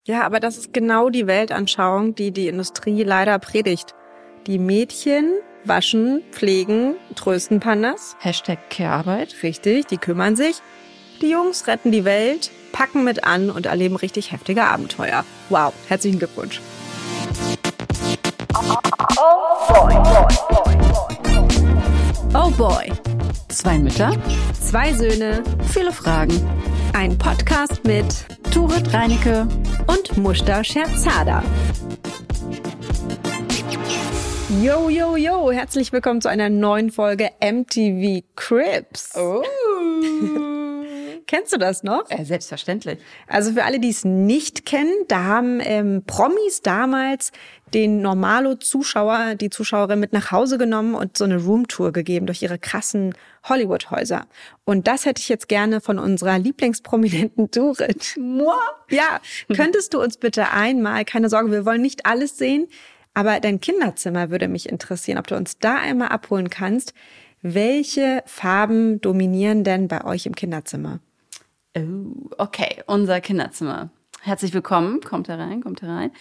Ja, aber das ist genau die Weltanschauung, die die Industrie leider predigt. Die Mädchen waschen, pflegen, trösten Pandas. #Care-Arbeit. Richtig, die kümmern sich. Die Jungs retten die Welt, packen mit an und erleben richtig heftige Abenteuer. Wow, herzlichen Glückwunsch. Oh boy. 2 Mütter, 2 Söhne, viele Fragen. ein Podcast mit Turit Reinecke. und Mushta Scherzada. Yo, yo, yo, herzlich willkommen zu einer neuen Folge MTV Cribs. Oh. Kennst du das noch? Selbstverständlich. Also für alle, die es nicht kennen, da haben Promis damals den Normalo-Zuschauer, die Zuschauerin mit nach Hause genommen und so eine Roomtour gegeben durch ihre krassen Hollywood-Häuser. Und das hätte ich jetzt gerne von unserer Lieblingsprominenten Turit. Moi? Ja, könntest du uns bitte einmal, keine Sorge, wir wollen nicht alles sehen, aber dein Kinderzimmer würde mich interessieren, ob du uns da einmal abholen kannst. Welche Farben dominieren denn bei euch im Kinderzimmer? Oh, okay, unser Kinderzimmer. Herzlich willkommen, kommt herein, kommt herein.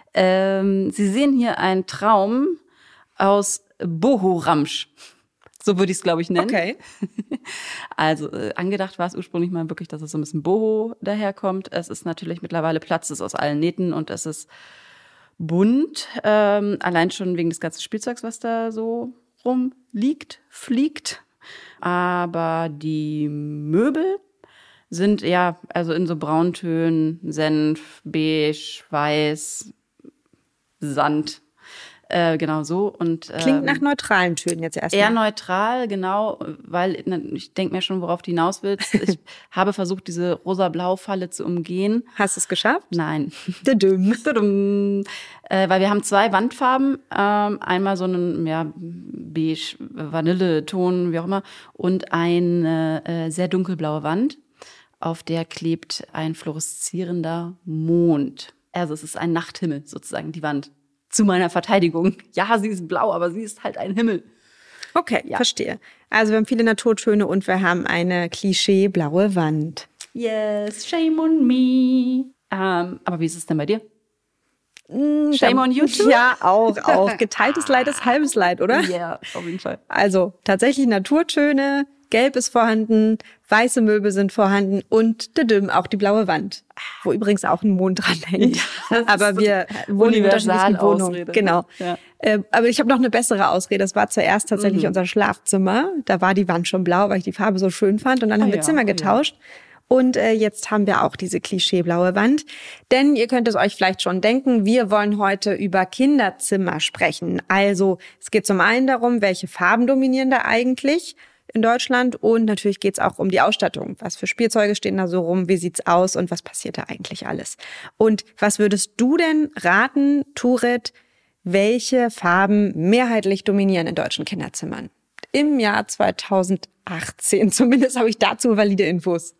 Sie sehen hier einen Traum aus Boho-Ramsch. So würde ich es, glaube ich, nennen. Okay. Also angedacht war es ursprünglich mal wirklich, dass es so ein bisschen Boho daherkommt. Es ist natürlich mittlerweile Platz, es ist aus allen Nähten und es ist bunt. Allein schon wegen des ganzen Spielzeugs, was da so rumliegt, fliegt. Aber die Möbel sind ja also in so Brauntönen, Senf, Beige, Weiß, Sand, genau so. Und Klingt nach neutralen Tönen jetzt erstmal. eher neutral, genau, weil ich denke mir schon, worauf du hinaus willst. Ich habe versucht, diese rosa-blau-Falle zu umgehen. Hast du es geschafft? Nein. Dadum. Weil wir haben 2 Wandfarben, einmal so einen beige Vanilleton, wie auch immer, und eine sehr dunkelblaue Wand, auf der klebt ein fluoreszierender Mond. Also es ist ein Nachthimmel sozusagen, die Wand. Zu meiner Verteidigung. Ja, sie ist blau, aber sie ist halt ein Himmel. Okay, Ja. verstehe. Also wir haben viele Naturtöne und wir haben eine klischeeblaue Wand. Yes, shame on me. Aber wie ist es denn bei dir? Shame on you too? Ja, auch. Geteiltes Leid ist halbes Leid, oder? Ja, auf jeden Fall. Also tatsächlich Naturtöne, gelb ist vorhanden, weiße Möbel sind vorhanden und dadum, auch die blaue Wand, wo übrigens auch ein Mond dran hängt. Ja, aber wir wohnen in unterschiedlichen Wohnungen. Ausrede. Genau. Ja. Aber ich habe noch eine bessere Ausrede. Das war zuerst tatsächlich unser Schlafzimmer. Da war die Wand schon blau, weil ich die Farbe so schön fand. Und dann haben wir Zimmer getauscht. Und jetzt haben wir auch diese klischeeblaue Wand. Denn ihr könnt es euch vielleicht schon denken, wir wollen heute über Kinderzimmer sprechen. Also es geht zum einen darum, welche Farben dominieren da eigentlich in Deutschland. Und natürlich geht es auch um die Ausstattung. Was für Spielzeuge stehen da so rum? Wie sieht's aus? Und was passiert da eigentlich alles? Und was würdest du denn raten, Turit, welche Farben mehrheitlich dominieren in deutschen Kinderzimmern? Im Jahr 2018. Zumindest habe ich dazu valide Infos.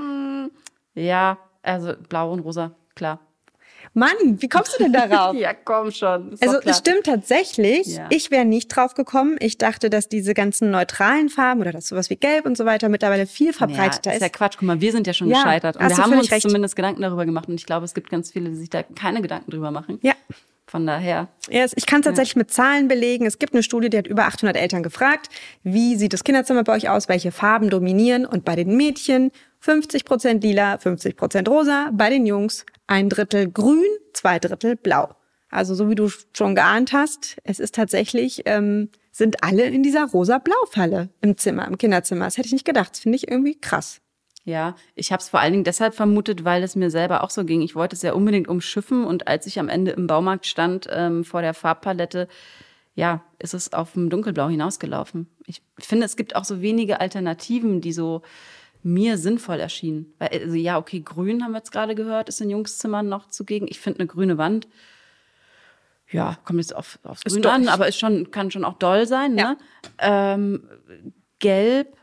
Ja, also blau und rosa, klar. Mann, wie kommst du denn darauf? Ja, komm schon. Ist Also doch klar. es stimmt tatsächlich. Ja. Ich wäre nicht drauf gekommen. Ich dachte, dass diese ganzen neutralen Farben oder dass sowas wie Gelb und so weiter mittlerweile viel verbreiteter ist ja ist. Quatsch. Guck mal, wir sind ja schon Ja, gescheitert. Und hast wir du haben völlig uns recht. zumindest Gedanken darüber gemacht. Und ich glaube, es gibt ganz viele, die sich da keine Gedanken drüber machen. Ja. Von daher. Ja, ich kann es tatsächlich mit Zahlen belegen. Es gibt eine Studie, die hat über 800 Eltern gefragt, wie sieht das Kinderzimmer bei euch aus, welche Farben dominieren. Und bei den Mädchen 50% lila, 50% rosa, bei den Jungs 1/3 grün, 2/3 blau. Also so wie du schon geahnt hast, es ist tatsächlich, sind alle in dieser rosa-blau-Falle im Zimmer, im Kinderzimmer. Das hätte ich nicht gedacht. Das finde ich irgendwie krass. Ja, ich habe es vor allen Dingen deshalb vermutet, weil es mir selber auch so ging. Ich wollte es ja unbedingt umschiffen und als ich am Ende im Baumarkt stand vor der Farbpalette, ja, ist es auf dem Dunkelblau hinausgelaufen. Ich finde, es gibt auch so wenige Alternativen, die so mir sinnvoll erschienen. Weil, also ja, okay, grün haben wir jetzt gerade gehört, ist in Jungszimmern noch zugegen. Ich finde eine grüne Wand, ja, kommt jetzt aufs Grün an, aber kann schon auch doll sein. Ja. Ne? Gelb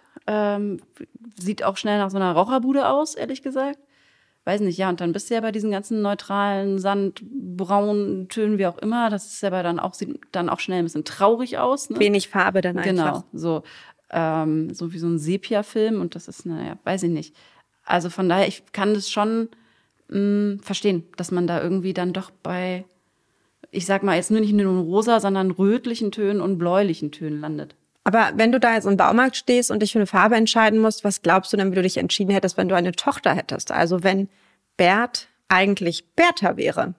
sieht auch schnell nach so einer Raucherbude aus, ehrlich gesagt. Weiß nicht, ja, und dann bist du ja bei diesen ganzen neutralen Sand, braunen Tönen, wie auch immer. Das ist aber sieht dann auch schnell ein bisschen traurig aus. Ne? Wenig Farbe dann einfach. Genau, so wie so ein Sepia-Film und das ist, naja, weiß ich nicht. Also von daher, ich kann das schon verstehen, dass man da irgendwie dann doch bei, ich sag mal, jetzt nur nicht nur rosa, sondern rötlichen Tönen und bläulichen Tönen landet. Aber wenn du da jetzt im Baumarkt stehst und dich für eine Farbe entscheiden musst, was glaubst du denn, wie du dich entschieden hättest, wenn du eine Tochter hättest? Also wenn Bert eigentlich Bertha wäre?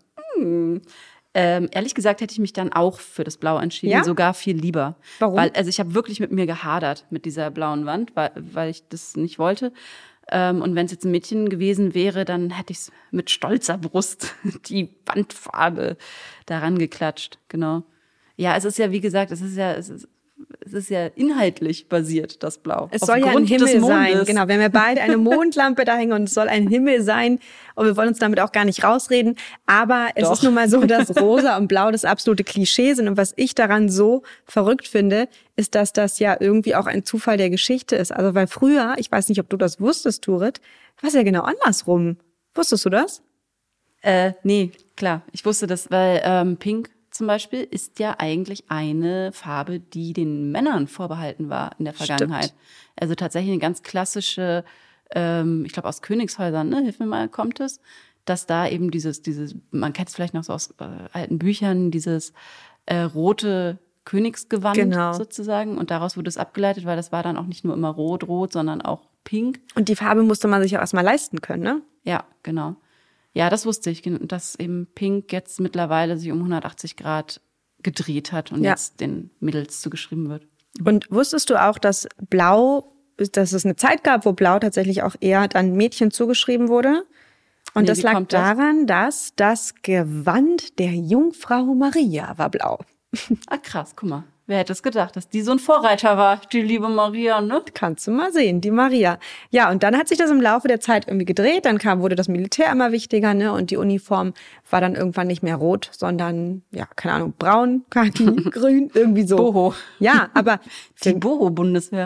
Ehrlich gesagt hätte ich mich dann auch für das Blau entschieden, sogar viel lieber. Warum? Weil, also ich habe wirklich mit mir gehadert mit dieser blauen Wand, weil ich das nicht wollte. Und wenn es jetzt ein Mädchen gewesen wäre, dann hätte ich es mit stolzer Brust die Wandfarbe daran geklatscht. Genau. Ja, es ist ja, wie gesagt, es ist ja inhaltlich basiert, das Blau. Es soll ja ein Himmel sein. Genau, wir haben ja beide eine Mondlampe da hängen und es soll ein Himmel sein. Und wir wollen uns damit auch gar nicht rausreden. Aber es ist nun mal so, dass Rosa und Blau das absolute Klischee sind. Und was ich daran so verrückt finde, ist, dass das ja irgendwie auch ein Zufall der Geschichte ist. Also weil früher, ich weiß nicht, ob du das wusstest, Turit, war es ja genau andersrum. Wusstest du das? Nee, klar. Ich wusste das, weil Pink zum Beispiel ist ja eigentlich eine Farbe, die den Männern vorbehalten war in der Vergangenheit. Stimmt. Also tatsächlich eine ganz klassische, ich glaube aus Königshäusern, ne, hilf mir mal, kommt es, dass da eben dieses, man kennt es vielleicht noch so aus alten Büchern, dieses rote Königsgewand sozusagen. Und daraus wurde es abgeleitet, weil das war dann auch nicht nur immer rot, sondern auch pink. Und die Farbe musste man sich auch erstmal leisten können, ne? Ja, genau. Ja, das wusste ich, dass eben Pink jetzt mittlerweile sich um 180 Grad gedreht hat und jetzt den Mädels zugeschrieben wird. Und wusstest du auch, dass es eine Zeit gab, wo Blau tatsächlich auch eher dann Mädchen zugeschrieben wurde? Und das lag daran, dass das Gewand der Jungfrau Maria war blau. Ah, krass, guck mal. Wer hätte es gedacht, dass die so ein Vorreiter war, die liebe Maria, ne? Kannst du mal sehen, die Maria. Ja, und dann hat sich das im Laufe der Zeit irgendwie gedreht. Dann wurde das Militär immer wichtiger, ne? Und die Uniform war dann irgendwann nicht mehr rot, sondern, ja, keine Ahnung, braun, khaki, grün, irgendwie so. Boho. Ja, aber die Boho-Bundeswehr.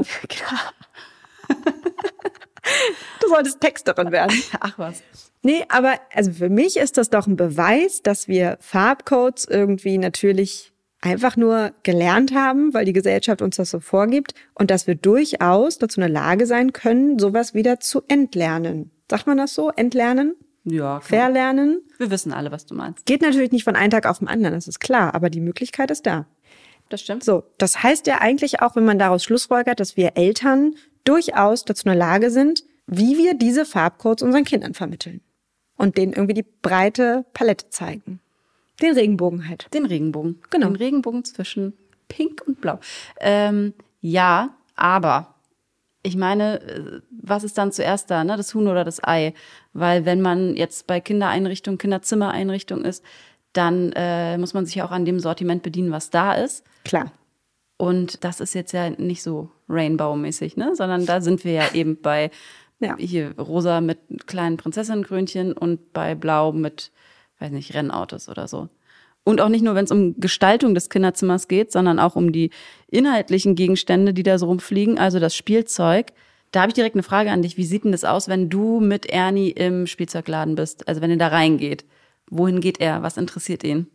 Du solltest Texterin werden. Ach was. Nee, aber also für mich ist das doch ein Beweis, dass wir Farbcodes irgendwie natürlich einfach nur gelernt haben, weil die Gesellschaft uns das so vorgibt und dass wir durchaus dazu in der Lage sein können, sowas wieder zu entlernen. Sagt man das so? Entlernen? Ja. Klar. Verlernen? Wir wissen alle, was du meinst. Geht natürlich nicht von einem Tag auf den anderen, das ist klar, aber die Möglichkeit ist da. Das stimmt. So, das heißt ja eigentlich auch, wenn man daraus schlussfolgert, dass wir Eltern durchaus dazu in der Lage sind, wie wir diese Farbcodes unseren Kindern vermitteln. Und denen irgendwie die breite Palette zeigen. Den Regenbogen halt. Den Regenbogen. Genau. Den Regenbogen zwischen Pink und Blau. Ja, aber ich meine, was ist dann zuerst da, ne? Das Huhn oder das Ei? Weil wenn man jetzt bei Kindereinrichtungen, Kinderzimmereinrichtungen ist, dann muss man sich ja auch an dem Sortiment bedienen, was da ist. Klar. Und das ist jetzt ja nicht so Rainbow-mäßig, ne? Sondern da sind wir ja eben bei hier rosa mit kleinen Prinzessinnenkrönchen und bei blau mit, weiß nicht, Rennautos oder so. Und auch nicht nur, wenn es um Gestaltung des Kinderzimmers geht, sondern auch um die inhaltlichen Gegenstände, die da so rumfliegen, also das Spielzeug. Da habe ich direkt eine Frage an dich. Wie sieht denn das aus, wenn du mit Ernie im Spielzeugladen bist? Also wenn er da reingeht. Wohin geht er? Was interessiert ihn?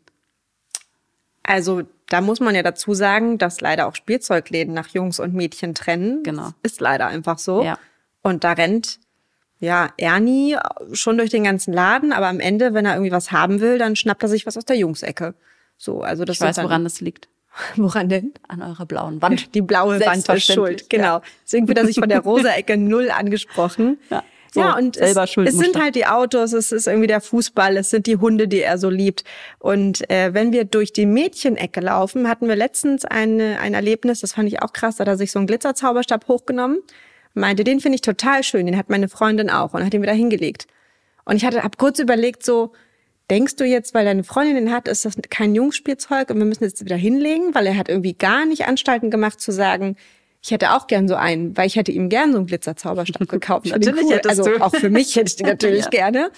Also da muss man ja dazu sagen, dass leider auch Spielzeugläden nach Jungs und Mädchen trennen. Genau. Das ist leider einfach so. Ja. Und da rennt Ernie schon durch den ganzen Laden, aber am Ende, wenn er irgendwie was haben will, dann schnappt er sich was aus der Jungsecke. So, also das ich weiß, woran das liegt. Woran denn? An eurer blauen Wand. Die blaue Wand ist schuld, genau. Ja. Deswegen wird er sich von der rosa Ecke null angesprochen. Ja. So, ja, und es sind halt die Autos, es ist irgendwie der Fußball, es sind die Hunde, die er so liebt. Und wenn wir durch die Mädchenecke laufen, hatten wir letztens ein Erlebnis, das fand ich auch krass, da hat er sich so einen Glitzerzauberstab hochgenommen, meinte, den finde ich total schön, den hat meine Freundin auch und hat ihn wieder hingelegt. Und ich habe kurz überlegt so, denkst du jetzt, weil deine Freundin den hat, ist das kein Jungsspielzeug und wir müssen jetzt wieder hinlegen, weil er hat irgendwie gar nicht Anstalten gemacht zu sagen, ich hätte auch gern so einen, weil ich hätte ihm gern so einen Glitzerzauberstab gekauft. Natürlich cool. hättest also du. Auch für mich hätte ich den natürlich gerne.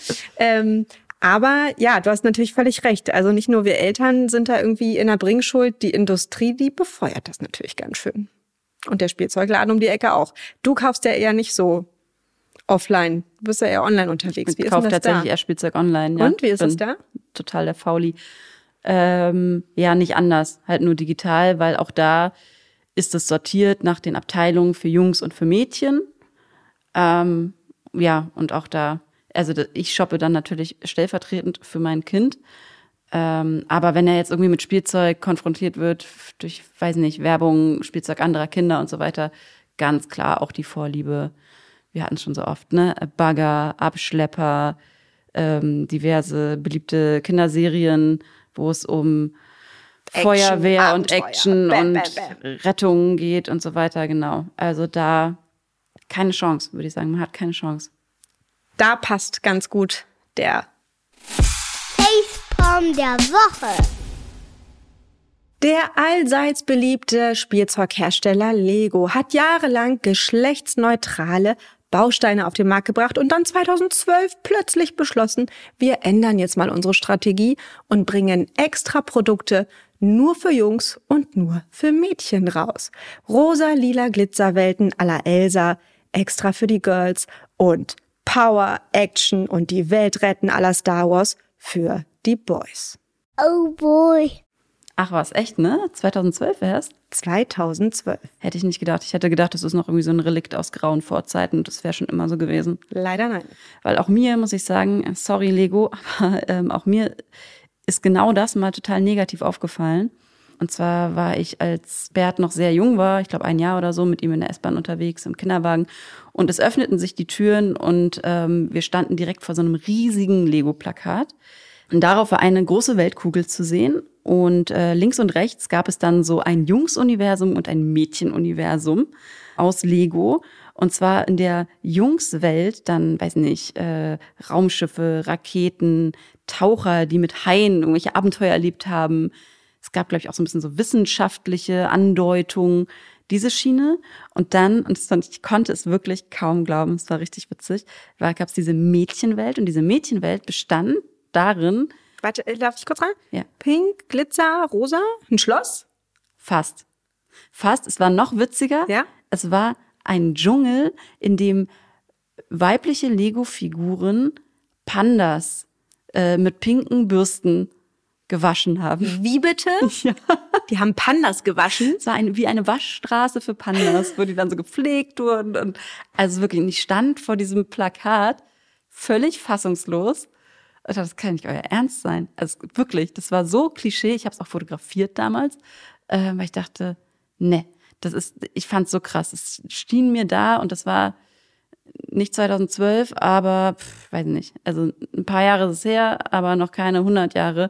Aber ja, du hast natürlich völlig recht. Also nicht nur wir Eltern sind da irgendwie in der Bringschuld, die Industrie, die befeuert das natürlich ganz schön. Und der Spielzeugladen um die Ecke auch. Du kaufst ja eher nicht so offline, du bist ja eher online unterwegs. Ich kaufe tatsächlich eher Spielzeug online. Ja. Und, wie ist es da? Total der Fauli. Ja, nicht anders, halt nur digital, weil auch da ist es sortiert nach den Abteilungen für Jungs und für Mädchen. Ja, und auch da Also ich shoppe dann natürlich stellvertretend für mein Kind. Aber wenn er jetzt irgendwie mit Spielzeug konfrontiert wird, durch, weiß nicht, Werbung, Spielzeug anderer Kinder und so weiter, ganz klar auch die Vorliebe. Wir hatten es schon so oft, ne? Bagger, Abschlepper, diverse beliebte Kinderserien, wo es um Action, Feuerwehr Abenteuer, und Action und Rettung geht und so weiter, genau. Also da keine Chance, würde ich sagen. Man hat keine Chance. Da passt ganz gut der Facepalm der Woche. Der allseits beliebte Spielzeughersteller Lego hat jahrelang geschlechtsneutrale Bausteine auf den Markt gebracht und dann 2012 plötzlich beschlossen, wir ändern jetzt mal unsere Strategie und bringen extra Produkte nur für Jungs und nur für Mädchen raus. Rosa-lila Glitzerwelten à la Elsa, extra für die Girls und Power, Action und die Welt retten à la Star Wars für die Boys. Oh boy. Ach was, echt, ne? 2012 erst? 2012. Hätte ich nicht gedacht. Ich hätte gedacht, das ist noch irgendwie so ein Relikt aus grauen Vorzeiten und das wäre schon immer so gewesen. Leider nein. Weil auch mir, muss ich sagen, sorry Lego, aber auch mir ist genau das mal total negativ aufgefallen. Und zwar war ich, als Bert noch sehr jung war, ich glaube 1 Jahr oder so, mit ihm in der S-Bahn unterwegs, im Kinderwagen. Und es öffneten sich die Türen und wir standen direkt vor so einem riesigen Lego-Plakat. Und darauf war eine große Weltkugel zu sehen. Und links und rechts gab es dann so ein Jungs-Universum und ein Mädchen-Universum aus Lego. Und zwar in der Jungswelt dann, weiß nicht, Raumschiffe, Raketen, Taucher, die mit Haien irgendwelche Abenteuer erlebt haben. Es gab, glaube ich, auch so ein bisschen so wissenschaftliche Andeutungen, diese Schiene. Und dann, ich konnte es wirklich kaum glauben, es war richtig witzig, gab es diese Mädchenwelt. Und diese Mädchenwelt bestand darin. Warte, darf ich kurz rein? Ja. Pink, Glitzer, rosa, ein Schloss? Fast. Es war noch witziger. Ja? Es war ein Dschungel, in dem weibliche Lego-Figuren Pandas mit pinken Bürsten gewaschen haben. Wie bitte? Ja. Die haben Pandas gewaschen? Es war wie eine Waschstraße für Pandas, wo die dann so gepflegt wurden. Und also wirklich, ich stand vor diesem Plakat völlig fassungslos. Ich dachte, das kann nicht euer Ernst sein. Also wirklich, das war so Klischee. Ich habe es auch fotografiert damals, weil ich dachte, ne, ich fand es so krass. Es schien mir da und das war nicht 2012, aber weiß nicht. Also ein paar Jahre ist es her, aber noch keine 100 Jahre.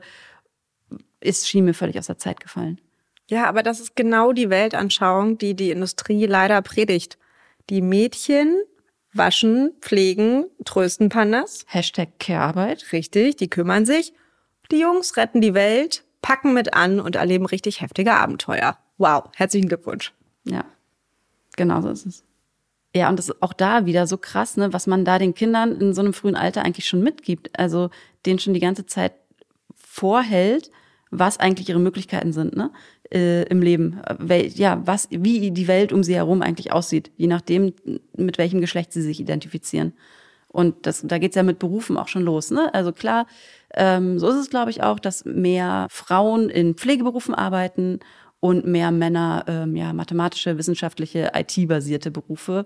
Es schien mir völlig aus der Zeit gefallen. Ja, aber das ist genau die Weltanschauung, die die Industrie leider predigt. Die Mädchen waschen, pflegen, trösten Pandas. #Care-Arbeit. Richtig, die kümmern sich. Die Jungs retten die Welt, packen mit an und erleben richtig heftige Abenteuer. Wow, herzlichen Glückwunsch. Ja, genau so ist es. Ja, und das ist auch da wieder so krass, ne, was man da den Kindern in so einem frühen Alter eigentlich schon mitgibt. Also denen schon die ganze Zeit vorhält, was eigentlich ihre Möglichkeiten sind, ne, im Leben. Wie die Welt um sie herum eigentlich aussieht, je nachdem, mit welchem Geschlecht sie sich identifizieren. Und da geht's ja mit Berufen auch schon los, ne? Also klar, so ist es, glaube ich, auch, dass mehr Frauen in Pflegeberufen arbeiten und mehr Männer mathematische, wissenschaftliche, IT-basierte Berufe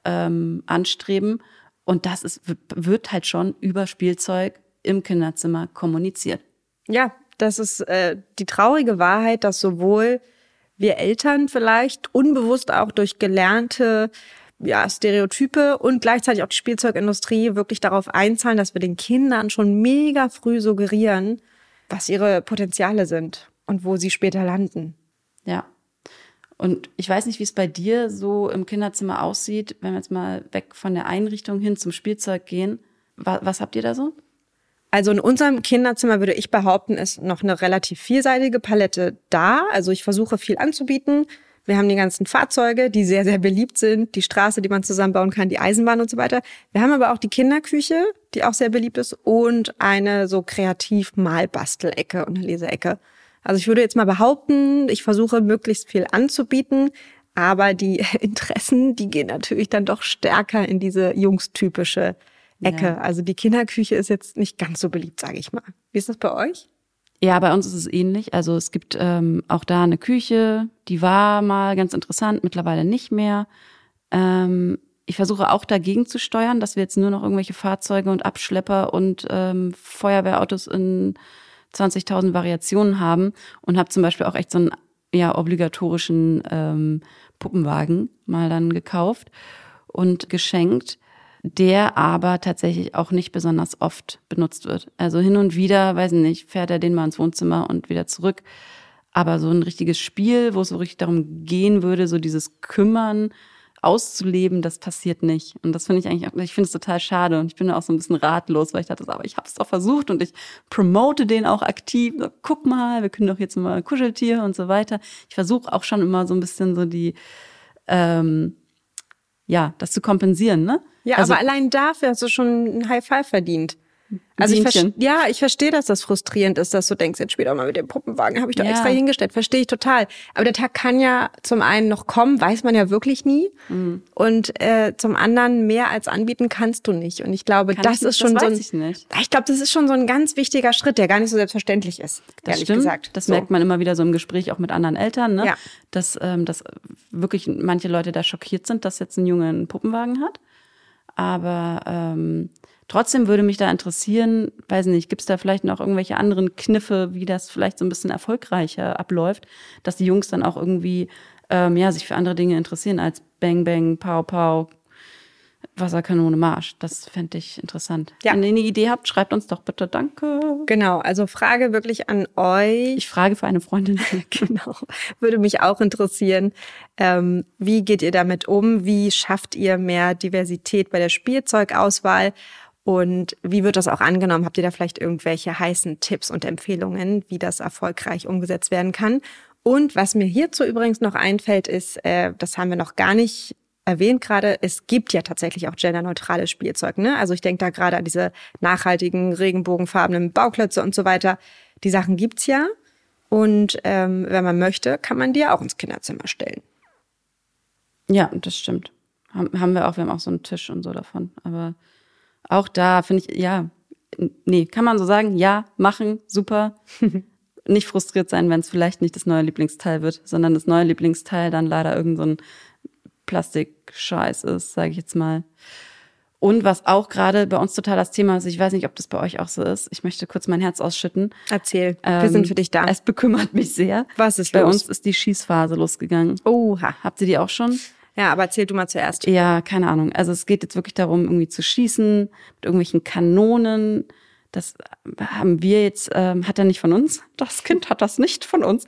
anstreben. Und das wird halt schon über Spielzeug im Kinderzimmer kommuniziert. Ja, das ist die traurige Wahrheit, dass sowohl wir Eltern vielleicht unbewusst auch durch gelernte Stereotype und gleichzeitig auch die Spielzeugindustrie wirklich darauf einzahlen, dass wir den Kindern schon mega früh suggerieren, was ihre Potenziale sind und wo sie später landen. Ja. Und ich weiß nicht, wie es bei dir so im Kinderzimmer aussieht, wenn wir jetzt mal weg von der Einrichtung hin zum Spielzeug gehen. Was habt ihr da so? Also in unserem Kinderzimmer würde ich behaupten, ist noch eine relativ vielseitige Palette da. Also ich versuche viel anzubieten. Wir haben die ganzen Fahrzeuge, die sehr, sehr beliebt sind. Die Straße, die man zusammenbauen kann, die Eisenbahn und so weiter. Wir haben aber auch die Kinderküche, die auch sehr beliebt ist. Und eine so Kreativ-Malbastelecke und eine Leseecke. Also ich würde jetzt mal behaupten, ich versuche möglichst viel anzubieten. Aber die Interessen, die gehen natürlich dann doch stärker in diese jungstypische Ecke. Ja. Also die Kinderküche ist jetzt nicht ganz so beliebt, sage ich mal. Wie ist das bei euch? Ja, bei uns ist es ähnlich. Also es gibt auch da eine Küche, die war mal ganz interessant, mittlerweile nicht mehr. ich versuche auch dagegen zu steuern, dass wir jetzt nur noch irgendwelche Fahrzeuge und Abschlepper und Feuerwehrautos in 20.000 Variationen haben und habe zum Beispiel auch echt so einen obligatorischen Puppenwagen mal dann gekauft und geschenkt, der aber tatsächlich auch nicht besonders oft benutzt wird. Also hin und wieder, weiß nicht, fährt er den mal ins Wohnzimmer und wieder zurück. Aber so ein richtiges Spiel, wo es so richtig darum gehen würde, so dieses Kümmern auszuleben, das passiert nicht. Und das finde ich eigentlich auch, ich finde es total schade. Und ich bin da auch so ein bisschen ratlos, weil ich dachte, aber ich habe es doch versucht und ich promote den auch aktiv. Guck mal, wir können doch jetzt mal Kuscheltier und so weiter. Ich versuche auch schon immer so ein bisschen so die, das zu kompensieren, ne? Ja, also, aber allein dafür hast du schon ein High Five verdient. Also ich verstehe, dass das frustrierend ist, dass du denkst, jetzt spiel doch mal mit dem Puppenwagen, habe ich doch extra hingestellt. Verstehe ich total. Aber der Tag kann ja zum einen noch kommen, weiß man ja wirklich nie. Mhm. Und zum anderen mehr als anbieten kannst du nicht. Und ich glaube, das ist schon so ein, ich glaube, das ist schon so ein ganz wichtiger Schritt, der gar nicht so selbstverständlich ist. Das ehrlich stimmt. Gesagt. Das merkt man immer wieder so im Gespräch auch mit anderen Eltern, ne? Ja. Dass wirklich manche Leute da schockiert sind, dass jetzt ein Junge einen Puppenwagen hat. Aber trotzdem würde mich da interessieren, weiß nicht, gibt es da vielleicht noch irgendwelche anderen Kniffe, wie das vielleicht so ein bisschen erfolgreicher abläuft, dass die Jungs dann auch irgendwie sich für andere Dinge interessieren als Bang Bang, Pow Pow, Wasserkanone, Marsch. Das fände ich interessant. Ja. Wenn ihr eine Idee habt, schreibt uns doch bitte, danke. Genau, also Frage wirklich an euch. Ich frage für eine Freundin. Genau, würde mich auch interessieren. Wie geht ihr damit um? Wie schafft ihr mehr Diversität bei der Spielzeugauswahl? Und wie wird das auch angenommen? Habt ihr da vielleicht irgendwelche heißen Tipps und Empfehlungen, wie das erfolgreich umgesetzt werden kann? Und was mir hierzu übrigens noch einfällt, ist, das haben wir noch gar nicht erwähnt gerade, es gibt ja tatsächlich auch genderneutrales Spielzeug, ne? Also ich denke da gerade an diese nachhaltigen, regenbogenfarbenen Bauklötze und so weiter. Die Sachen gibt's ja. Und wenn man möchte, kann man die ja auch ins Kinderzimmer stellen. Ja, das stimmt. Haben wir auch. Wir haben auch so einen Tisch und so davon. Aber auch da finde ich, kann man so sagen, ja, machen, super. Nicht frustriert sein, wenn es vielleicht nicht das neue Lieblingsteil wird, sondern das neue Lieblingsteil dann leider irgend so ein Plastikscheiß ist, sage ich jetzt mal. Und was auch gerade bei uns total das Thema ist, ich weiß nicht, ob das bei euch auch so ist, ich möchte kurz mein Herz ausschütten. Erzähl, wir sind für dich da. Es bekümmert mich sehr. Was ist los? Bei uns ist die Schießphase losgegangen. Oha. Habt ihr die auch schon? Ja, aber erzähl du mal zuerst. Ja, keine Ahnung. Also es geht jetzt wirklich darum, irgendwie zu schießen mit irgendwelchen Kanonen. Das haben wir jetzt, hat er nicht von uns. Das Kind hat das nicht von uns.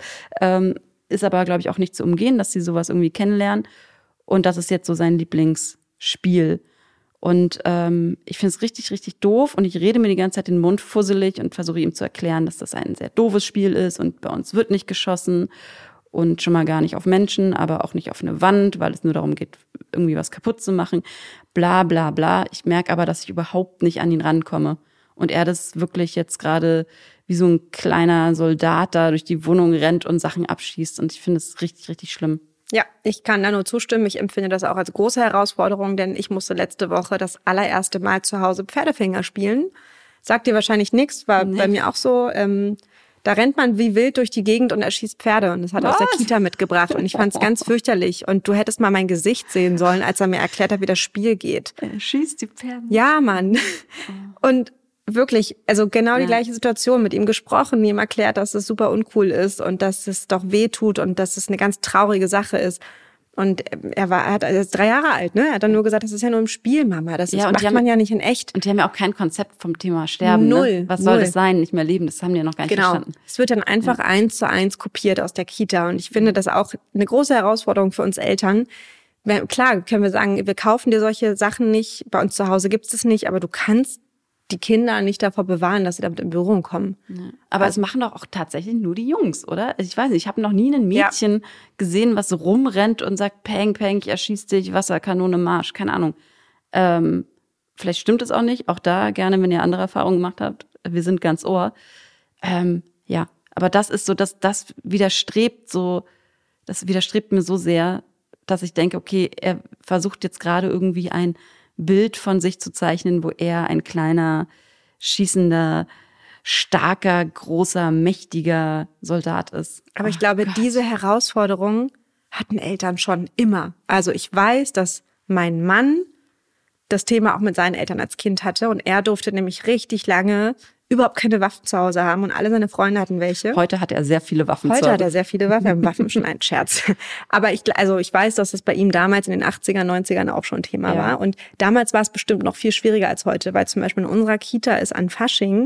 Ist aber, glaube ich, auch nicht zu umgehen, dass sie sowas irgendwie kennenlernen. Und das ist jetzt so sein Lieblingsspiel. Und ich finde es richtig, richtig doof. Und ich rede mir die ganze Zeit den Mund fusselig und versuche ihm zu erklären, dass das ein sehr doofes Spiel ist. Und bei uns wird nicht geschossen. Und schon mal gar nicht auf Menschen, aber auch nicht auf eine Wand, weil es nur darum geht, irgendwie was kaputt zu machen. Bla, bla, bla. Ich merke aber, dass ich überhaupt nicht an ihn rankomme. Und er das wirklich jetzt gerade wie so ein kleiner Soldat da durch die Wohnung rennt und Sachen abschießt. Und ich finde es richtig, richtig schlimm. Ja, ich kann da nur zustimmen. Ich empfinde das auch als große Herausforderung, denn ich musste letzte Woche das allererste Mal zu Hause Pferdefinger spielen. Sagt dir wahrscheinlich nichts, war bei mir auch so. Da rennt man wie wild durch die Gegend und erschießt Pferde. Und das hat er aus der Kita mitgebracht. Und ich fand es ganz fürchterlich. Und du hättest mal mein Gesicht sehen sollen, als er mir erklärt hat, wie das Spiel geht. Er schießt die Pferde. Ja, Mann. Und wirklich, also genau die gleiche Situation, mit ihm gesprochen, ihm erklärt, dass es super uncool ist und dass es doch weh tut und dass es eine ganz traurige Sache ist. Und er ist 3 Jahre alt, ne? Er hat dann nur gesagt, das ist ja nur im Spiel, Mama. Das macht man ja nicht in echt. Und die haben ja auch kein Konzept vom Thema Sterben. Null. Ne? Was soll das sein? Nicht mehr leben. Das haben die ja noch gar nicht verstanden. Es wird dann einfach 1:1 kopiert aus der Kita. Und ich finde das auch eine große Herausforderung für uns Eltern. Klar, können wir sagen, wir kaufen dir solche Sachen nicht. Bei uns zu Hause gibt's es nicht. Aber du kannst die Kinder nicht davor bewahren, dass sie damit in Berührung kommen. Ja. Aber es machen doch auch tatsächlich nur die Jungs, oder? Also ich weiß nicht, ich habe noch nie ein Mädchen gesehen, was rumrennt und sagt, Peng, Peng, ich erschieß dich, Wasserkanone, Marsch, keine Ahnung. Vielleicht stimmt es auch nicht. Auch da gerne, wenn ihr andere Erfahrungen gemacht habt. Wir sind ganz Ohr. Aber das ist so, das widerstrebt mir so sehr, dass ich denke, okay, er versucht jetzt gerade irgendwie ein Bild von sich zu zeichnen, wo er ein kleiner, schießender, starker, großer, mächtiger Soldat ist. Aber ich glaube, diese Herausforderung hatten Eltern schon immer. Also ich weiß, dass mein Mann das Thema auch mit seinen Eltern als Kind hatte. Und er durfte nämlich richtig lange überhaupt keine Waffen zu Hause haben und alle seine Freunde hatten welche. Heute hat er sehr viele Waffen zu Heute Hause. hat er sehr viele Waffen. Waffen schon ein Scherz. Aber ich weiß, dass das bei ihm damals in den 80er, 90ern auch schon Thema war. Und damals war es bestimmt noch viel schwieriger als heute, weil zum Beispiel in unserer Kita ist an Fasching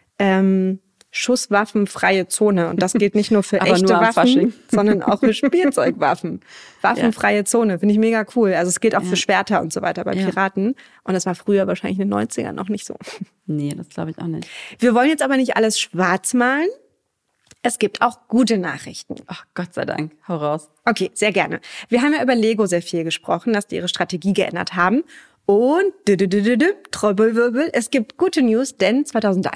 schusswaffenfreie Zone. Und das gilt nicht nur für echte Waffen, sondern auch für Spielzeugwaffen. Waffenfreie Zone, finde ich mega cool. Also es gilt auch für Schwerter und so weiter bei Piraten. Und das war früher wahrscheinlich in den 90ern noch nicht so. Nee, das glaube ich auch nicht. Wir wollen jetzt aber nicht alles schwarz malen. Es gibt auch gute Nachrichten. Ach, Gott sei Dank. Hau raus. Okay, sehr gerne. Wir haben ja über Lego sehr viel gesprochen, dass die ihre Strategie geändert haben. Und Trommelwirbel, es gibt gute News, denn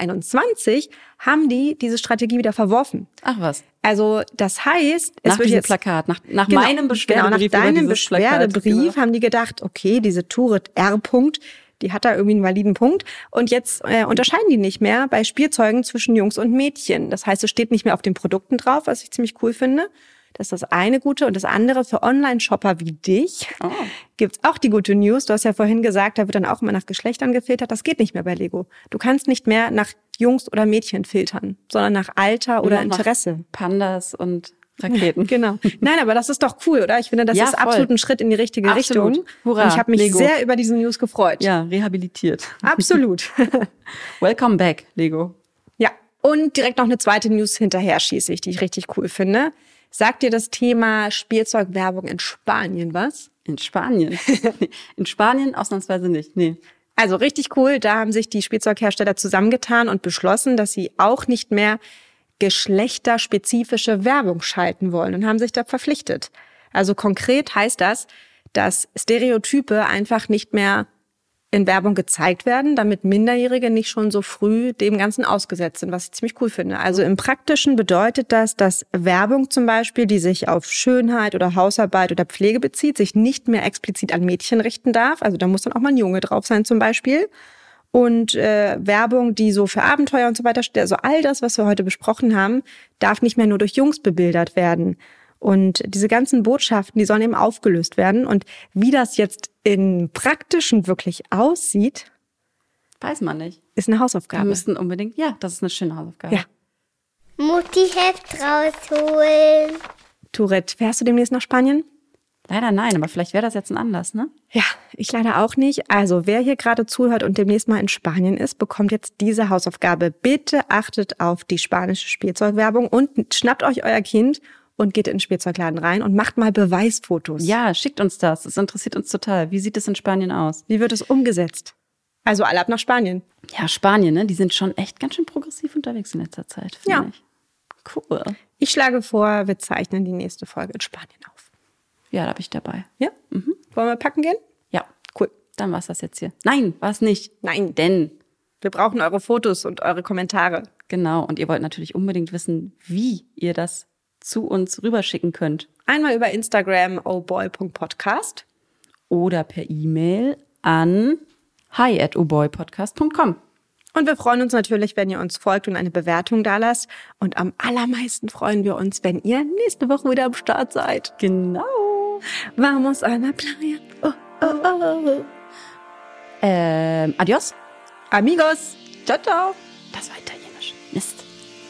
2021 haben die diese Strategie wieder verworfen. Ach was. Also das heißt, es nach wird diesem jetzt Plakat, nach meinem Beschwerdebrief, nach deinem Beschwerdebrief haben die gedacht, okay, diese Touret R. Die hat da irgendwie einen validen Punkt. Und jetzt unterscheiden die nicht mehr bei Spielzeugen zwischen Jungs und Mädchen. Das heißt, es steht nicht mehr auf den Produkten drauf, was ich ziemlich cool finde. Das ist das eine Gute. Und das andere, für Online-Shopper wie dich gibt's auch die gute News. Du hast ja vorhin gesagt, da wird dann auch immer nach Geschlechtern gefiltert. Das geht nicht mehr bei Lego. Du kannst nicht mehr nach Jungs oder Mädchen filtern, sondern nach Alter oder Interesse. Pandas und Raketen. Genau. Nein, aber das ist doch cool, oder? Ich finde, das ist absolut ein Schritt in die richtige Richtung. Hurra, und ich habe mich Lego. sehr über diese News gefreut. Ja, rehabilitiert. Absolut. Welcome back, Lego. Ja, und direkt noch eine zweite News hinterher schieße ich, die ich richtig cool finde. Sagt dir das Thema Spielzeugwerbung in Spanien was? In Spanien? In Spanien ausnahmsweise nicht, nee. Also richtig cool, da haben sich die Spielzeughersteller zusammengetan und beschlossen, dass sie auch nicht mehr geschlechterspezifische Werbung schalten wollen und haben sich da verpflichtet. Also konkret heißt das, dass Stereotype einfach nicht mehr in Werbung gezeigt werden, damit Minderjährige nicht schon so früh dem Ganzen ausgesetzt sind, was ich ziemlich cool finde. Also im Praktischen bedeutet das, dass Werbung zum Beispiel, die sich auf Schönheit oder Hausarbeit oder Pflege bezieht, sich nicht mehr explizit an Mädchen richten darf. Also da muss dann auch mal ein Junge drauf sein zum Beispiel. Und Werbung, die so für Abenteuer und so weiter steht, also all das, was wir heute besprochen haben, darf nicht mehr nur durch Jungs bebildert werden. Und diese ganzen Botschaften, die sollen eben aufgelöst werden. Und wie das jetzt im Praktischen wirklich aussieht, weiß man nicht. Ist eine Hausaufgabe. Wir müssten unbedingt, das ist eine schöne Hausaufgabe. Ja. Mutti-Heft rausholen. Tourette, fährst du demnächst nach Spanien? Leider nein, aber vielleicht wäre das jetzt ein Anlass, ne? Ja, ich leider auch nicht. Also wer hier gerade zuhört und demnächst mal in Spanien ist, bekommt jetzt diese Hausaufgabe. Bitte achtet auf die spanische Spielzeugwerbung und schnappt euch euer Kind und geht in den Spielzeugladen rein und macht mal Beweisfotos. Ja, schickt uns das. Das interessiert uns total. Wie sieht es in Spanien aus? Wie wird es umgesetzt? Also alle ab nach Spanien. Ja, Spanien, ne? Die sind schon echt ganz schön progressiv unterwegs in letzter Zeit, finde ich. Cool. Ich schlage vor, wir zeichnen die nächste Folge in Spanien auf. Ja, da bin ich dabei. Ja? Mhm. Wollen wir packen gehen? Ja. Cool. Dann war's das jetzt hier. Nein, war's nicht. Nein. Denn wir brauchen eure Fotos und eure Kommentare. Genau. Und ihr wollt natürlich unbedingt wissen, wie ihr das zu uns rüberschicken könnt. Einmal über Instagram ohboy.podcast oder per E-Mail an hi@ohboypodcast.com. Und wir freuen uns natürlich, wenn ihr uns folgt und eine Bewertung dalasst. Und am allermeisten freuen wir uns, wenn ihr nächste Woche wieder am Start seid. Genau. Vamos a la playa. Oh, oh, oh. Adios. Amigos. Ciao, ciao. Das war italienisch. Mist.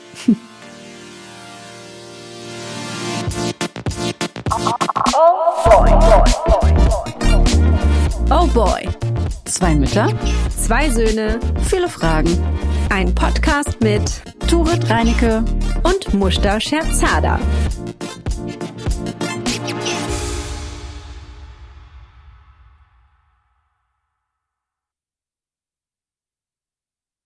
Oh boy. 2 Mütter, 2 Söhne, viele Fragen. ein Podcast mit Tourette Reinecke und Mushta Scherzada.